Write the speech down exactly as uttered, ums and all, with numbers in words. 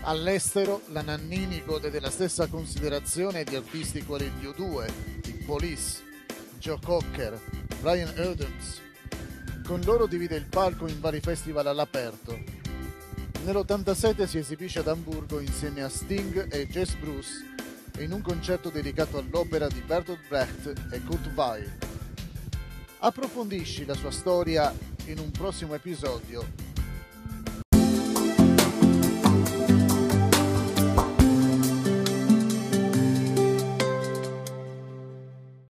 All'estero, la Nannini gode della stessa considerazione di artisti quali gli U due, i Police, Joe Cocker, Bryan Adams. Con loro divide il palco in vari festival all'aperto. Nell'ottantasette si esibisce ad Amburgo insieme a Sting e Jess Bruce in un concerto dedicato all'opera di Bertolt Brecht e Kurt Weill. Approfondisci la sua storia in un prossimo episodio